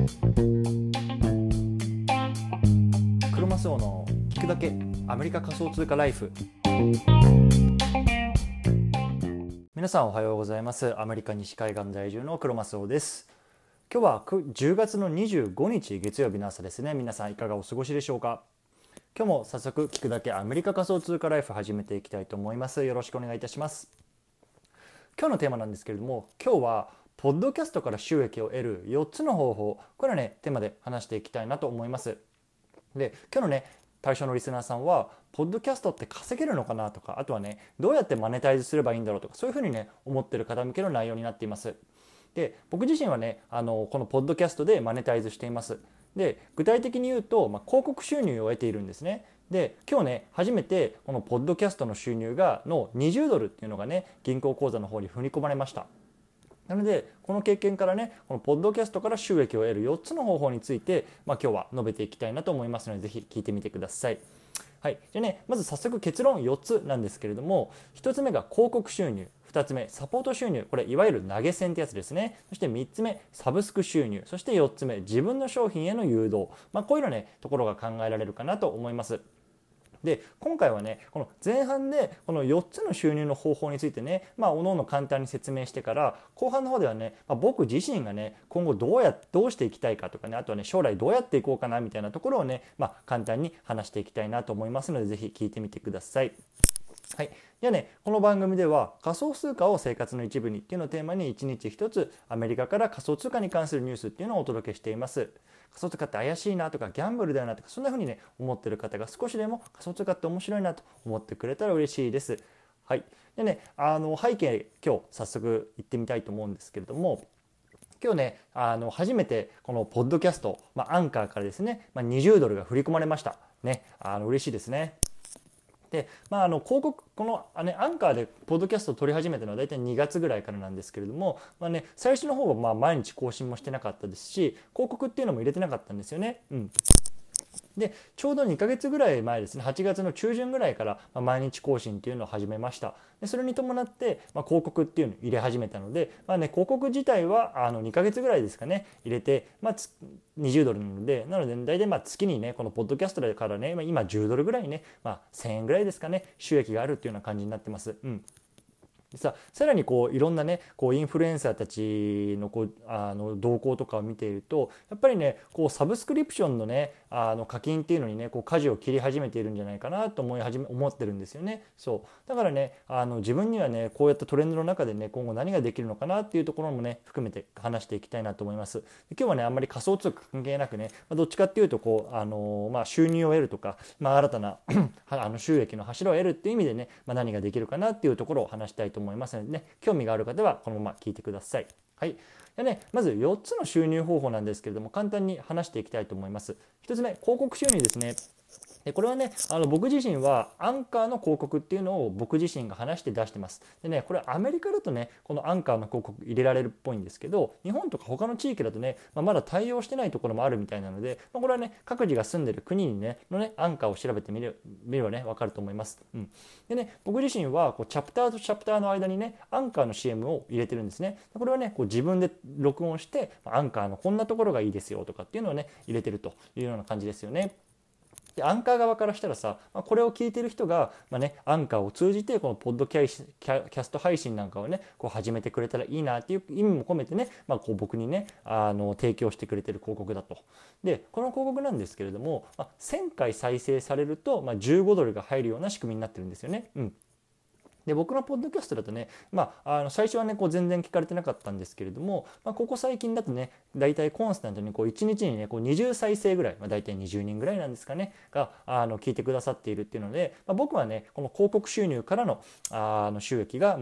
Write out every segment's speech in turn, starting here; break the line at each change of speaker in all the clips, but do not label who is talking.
クロマスオの聞くだけアメリカ仮想通貨ライフ。皆さんおはようございます。アメリカ西海岸在住のクロマスオです。今日は10月の25日月曜日の朝ですね。皆さんいかがお過ごしでしょうか。今日も早速聞くだけアメリカ仮想通貨ライフ始めていきたいと思います。よろしくお願いいたします。今日のテーマなんですけれども、今日はポッドキャストから収益を得る4つの方法、これはねテーマで話していきたいなと思います。で、今日のね対象のリスナーさんはポッドキャストって稼げるのかなとか、あとはねどうやってマネタイズすればいいんだろうとか、そういうふうにね思ってる方向けの内容になっています。で、僕自身はねこのポッドキャストでマネタイズしています。で、具体的に言うと、広告収入を得ているんですね。で、今日ね初めてこのポッドキャストの収入の$20っていうのがね銀行口座の方に振り込まれました。なのでこの経験からね、このポッドキャストから収益を得る4つの方法について、今日は述べていきたいなと思いますので、ぜひ聞いてみてください。はい、じゃあね、まず早速結論4つなんですけれども、1つ目が広告収入、2つ目サポート収入、これいわゆる投げ銭ってやつですね。そして3つ目サブスク収入、そして4つ目自分の商品への誘導、こういうのねところが考えられるかなと思います。で、今回はねこの前半でこの4つの収入の方法についてね、おのおの簡単に説明してから、後半の方ではね、僕自身がね今後どうしていきたいかとかね、あとはね将来どうやっていこうかなみたいなところをね、簡単に話していきたいなと思いますので、ぜひ聞いてみてください。はい、じゃあね、この番組では仮想通貨を生活の一部にっていうのをテーマに、1日1つアメリカから仮想通貨に関するニュースっていうのをお届けしています。仮想通貨って怪しいなとか、ギャンブルだよなとか、そんな風にね思ってる方が少しでも仮想通貨って面白いなと思ってくれたら嬉しいです。はい。でね、背景今日早速行ってみたいと思うんですけれども、今日ね初めてこのポッドキャスト、アンカーからですね、$20が振り込まれましたね。嬉しいですね。で、広告この、アンカーでポッドキャストを撮り始めたのは大体2月ぐらいからなんですけれども、最初の方は毎日更新もしてなかったですし、広告っていうのも入れてなかったんですよね。で、ちょうど2ヶ月ぐらい前ですね、8月の中旬ぐらいから毎日更新っていうのを始めました。で、それに伴って広告っていうのを入れ始めたので、広告自体は2ヶ月ぐらいですかね入れて、$20なので、大体月にねこのポッドキャストだからね、今$10ぐらいね、1000円ぐらいですかね、収益があるっていうような感じになってます。でさらにいろんなねインフルエンサーたちの動向とかを見ていると、やっぱりねサブスクリプションのね課金っていうのにね舵を切り始めているんじゃないかなと思ってるんですよね。そうだからね自分にはねこうやったトレンドの中でね今後何ができるのかなっていうところもね含めて話していきたいなと思います。今日はねあんまり仮想通貨関係なくね、どっちかっていうと収入を得るとか、新たな収益の柱を得るっていう意味でね、何ができるかなっていうところを話したいと思いますのでね、興味がある方はこのまま聞いてください。はい。でね、まず4つの収入方法なんですけれども、簡単に話していきたいと思います。1つ目、広告収入ですね。で、これはね僕自身はアンカーの広告っていうのを僕自身が話して出してます。でね、これアメリカだとねこのアンカーの広告入れられるっぽいんですけど、日本とか他の地域だとね、まだ対応してないところもあるみたいなので、これはね各自が住んでる国にねアンカーを調べてみればね分かると思います。でね、僕自身はチャプターとチャプターの間にねアンカーの CM を入れてるんですね。これはね自分で録音してアンカーのこんなところがいいですよとかっていうのをね入れてるというような感じですよね。で、アンカー側からしたらさ、これを聞いてる人が、アンカーを通じてこのポッドキャスト配信なんかをね始めてくれたらいいなっていう意味も込めてね、僕にね提供してくれてる広告だと。で、この広告なんですけれども、1000回再生されると、$15が入るような仕組みになってるんですよね。で、僕のポッドキャストだとね、最初はね全然聞かれてなかったんですけれども、ここ最近だとねだいたいコンスタントに1日にね20再生ぐらい、だいたい20人ぐらいなんですかねが聞いてくださっているっていうので、僕はねこの広告収入からの収益が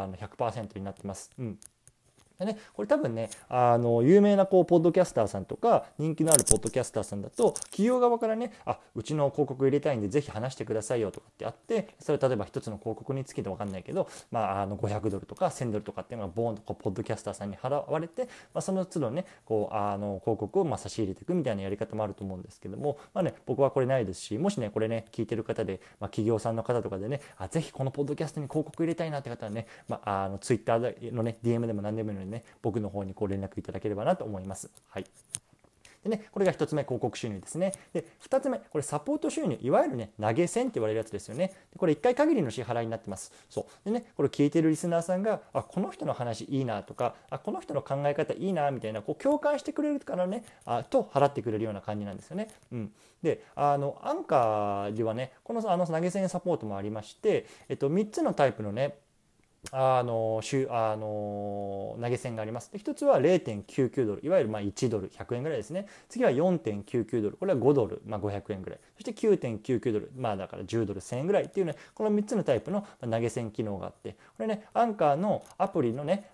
100% になってます。でね、これ多分ね有名なポッドキャスターさんとか人気のあるポッドキャスターさんだと、企業側からねうちの広告入れたいんでぜひ話してくださいよとかってあって、それ例えば一つの広告につきて分かんないけど、$500とか$1000とかっていうのがボーンとポッドキャスターさんに払われて、その都度ね広告を差し入れていくみたいなやり方もあると思うんですけども、僕はこれないですし、もしねこれね聞いてる方で、企業さんの方とかでねぜひこのポッドキャストに広告入れたいなって方はね、ツイッターのね DM でも何でもいいのでね、僕の方に連絡いただければなと思います。はい。 でね、これが1つ目、広告収入ですね。で2つ目、これサポート収入、いわゆるね投げ銭って言われるやつですよね。でこれ1回限りの支払いになってます。そうでね、これ聞いてるリスナーさんがこの人の話いいなとかこの人の考え方いいなみたいな共感してくれるからねと払ってくれるような感じなんですよね。でアンカーではねこの投げ銭サポートもありまして、3つのタイプのね投げ銭があります。で1つは 0.99 ドル、いわゆる1ドル100円ぐらいですね。次は 4.99 ドル、これは5ドル、500円ぐらい。そして 9.99 ドル、だから10ドル1000円ぐらいっていうね、この3つのタイプの投げ銭機能があって、これねアンカーのアプリのね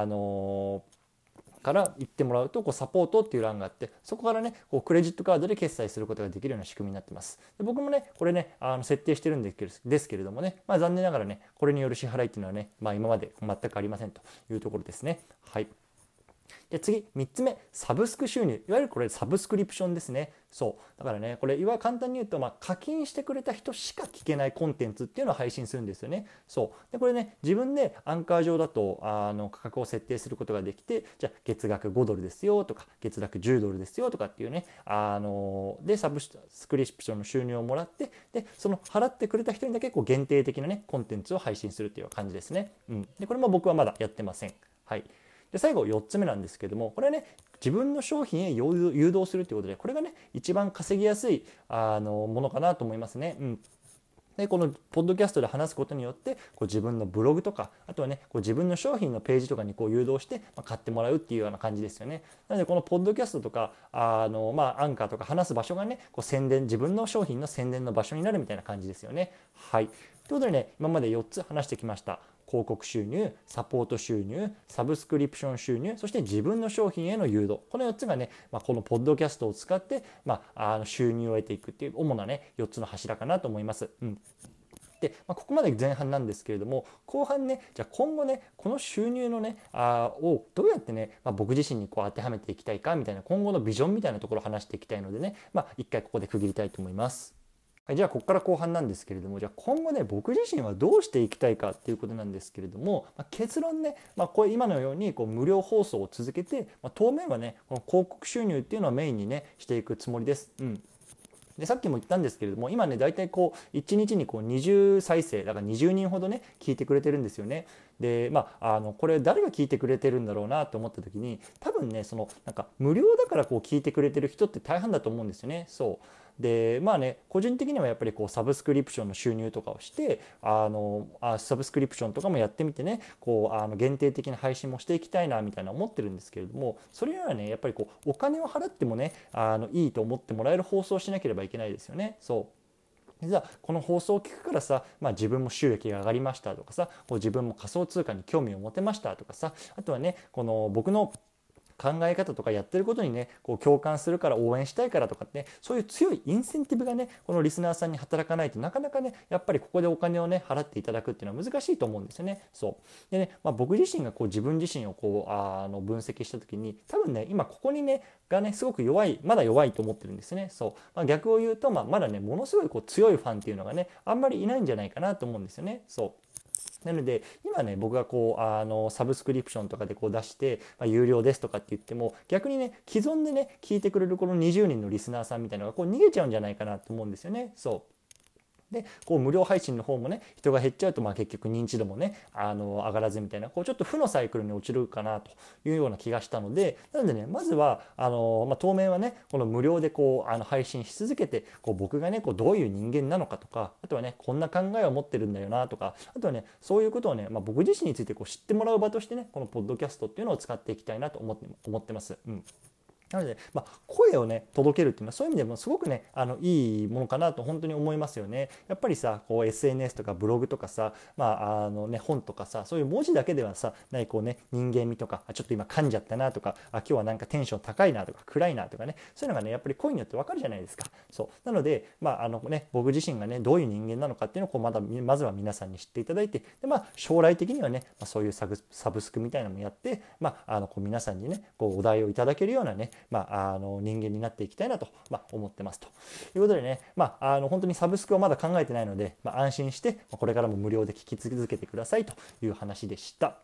から言ってもらうとサポートっていう欄があって、そこからねクレジットカードで決済することができるような仕組みになってます。で僕もねこれね設定してるんですけれどもね、残念ながらねこれによる支払いっていうのはね、今まで全くありませんというところですね。はい。で次3つ目、サブスク収入、いわゆるこれサブスクリプションですね。そうだからねこれ簡単に言うと、課金してくれた人しか聞けないコンテンツっていうのを配信するんですよね。そうでこれね自分でアンカー上だと価格を設定することができて、じゃあ月額5ドルですよとか月額10ドルですよとかっていうねでサブスクリプションの収入をもらって、でその払ってくれた人にだけ限定的なねコンテンツを配信するっていう感じですね。でこれも僕はまだやってません。はい。で最後4つ目なんですけども、これはね自分の商品へ誘導するということで、これがね一番稼ぎやすいものかなと思いますね。でこのポッドキャストで話すことによって自分のブログとか、あとはね自分の商品のページとかに誘導して買ってもらうっていうような感じですよね。なのでこのポッドキャストとかアンカーとか話す場所がね宣伝、自分の商品の宣伝の場所になるみたいな感じですよね。はい。ということでね今まで4つ話してきました。広告収入、サポート収入、サブスクリプション収入、そして自分の商品への誘導、この4つがね、このポッドキャストを使って、収入を得ていくっていう主なね4つの柱かなと思います。でここまで前半なんですけれども、後半ねじゃあ今後ねこの収入のねをどうやってね、僕自身に当てはめていきたいかみたいな今後のビジョンみたいなところを話していきたいのでね、一回ここで区切りたいと思います。はい、じゃあここから後半なんですけれども、じゃあ今後ね僕自身はどうしていきたいかっていうことなんですけれども、結論ね、これ今のように無料放送を続けて、当面はねこの広告収入っていうのをメインにねしていくつもりです。でさっきも言ったんですけれども、今ねだいたい1日に20再生だから20人ほどね聞いてくれてるんですよね。でこれ誰が聞いてくれてるんだろうなと思った時に、多分ね無料だから聞いてくれてる人って大半だと思うんですよね。そうで個人的にはやっぱりサブスクリプションの収入とかをしてサブスクリプションとかもやってみてね限定的な配信もしていきたいなみたいな思ってるんですけれども、それにはねやっぱりお金を払ってもねいいと思ってもらえる放送をしなければいけないですよね。実はこの放送を聞くからさ、自分も収益が上がりましたとかさ、自分も仮想通貨に興味を持てましたとかさ、あとはねこの僕の考え方とかやってることにね共感するから応援したいからとかって、そういう強いインセンティブがねこのリスナーさんに働かないとなかなかねやっぱりここでお金をね払っていただくっていうのは難しいと思うんですよね。でね、僕自身が自分自身を分析した時に、多分ね今ここにねがねすごくまだ弱いと思ってるんですね。逆を言うとまだねものすごい強いファンっていうのがねあんまりいないんじゃないかなと思うんですよね。なので今ね僕がサブスクリプションとかで出して、有料ですとかって言っても、逆にね既存でね聞いてくれるこの20人のリスナーさんみたいなのが逃げちゃうんじゃないかなと思うんですよね。で無料配信の方もね人が減っちゃうと結局認知度もね上がらずみたいなちょっと負のサイクルに落ちるかなというような気がしたので、なのでねまずは当面はねこの無料で配信し続けて僕がねどういう人間なのかとか、あとはねこんな考えを持ってるんだよなとか、あとはねそういうことをね、僕自身について知ってもらう場としてねこのポッドキャストっていうのを使っていきたいなと思ってます。なので、声をね届けるっていうのはそういう意味でもすごくねいいものかなと本当に思いますよね。やっぱりさSNS とかブログとかさ、本とかさ、そういう文字だけではさない人間味とか、ちょっと今噛んじゃったなとか、今日はなんかテンション高いなとか暗いなとかね、そういうのがねやっぱり声によって分かるじゃないですか。なので僕自身がねどういう人間なのかっていうのをまずは皆さんに知っていただいて、で将来的にはねそういうサブスクみたいなのもやって、皆さんにねお題をいただけるようなね人間になっていきたいなと、思ってますということでね、本当にサブスクはまだ考えてないので、安心してこれからも無料で聞き続けてくださいという話でした。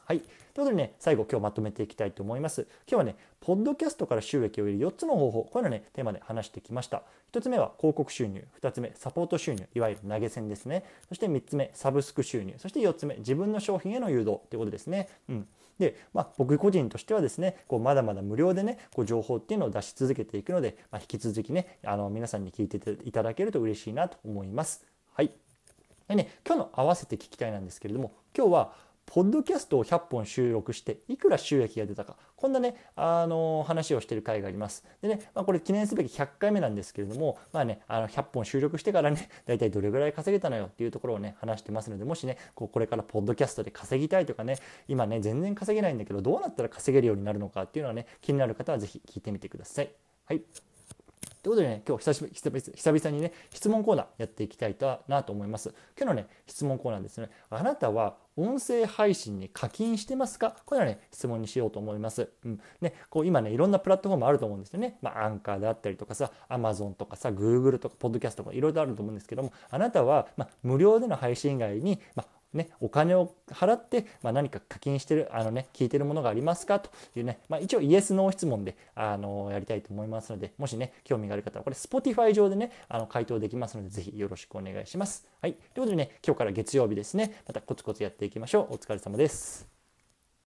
はい。ということでね、最後今日まとめていきたいと思います。今日はね、ポッドキャストから収益を得る4つの方法、こういうのね、テーマで話してきました。1つ目は広告収入、2つ目、サポート収入、いわゆる投げ銭ですね。そして3つ目、サブスク収入、そして4つ目、自分の商品への誘導ということですね。で、僕個人としてはですね、まだまだ無料でね、情報っていうのを出し続けていくので、引き続きね、皆さんに聞いていただけると嬉しいなと思います。はい。でね、今日の合わせて聞きたいなんですけれども、今日はポッドキャストを100本収録していくら収益が出たか、こんなね、話をしている回があります。でね、これ記念すべき100回目なんですけれども、100本収録してからね、だいたいどれぐらい稼げたのよっていうところをね、話してますので、もしね、これからポッドキャストで稼ぎたいとかね、今ね、全然稼げないんだけど、どうなったら稼げるようになるのかっていうのはね、気になる方はぜひ聞いてみてください。はい。ということでね、今日久々にね、質問コーナーやっていきたいなと思います。今日のね、質問コーナーですね。あなたは音声配信に課金してますか？これはね、質問にしようと思います。今ね、いろんなプラットフォームあると思うんですよね。アンカーであったりとかさ、Amazon とかさ、Google とか、ポッドキャストとかいろいろあると思うんですけども、あなたは、無料での配信以外に、お金を払って、何か課金してる聞いてるものがありますかというね、一応イエスノー質問でやりたいと思いますので、もしね興味がある方はこれ Spotify 上でね回答できますので、ぜひよろしくお願いします。はい、ということでね、今日から月曜日ですね、またコツコツやっていきましょう。お疲れ様です。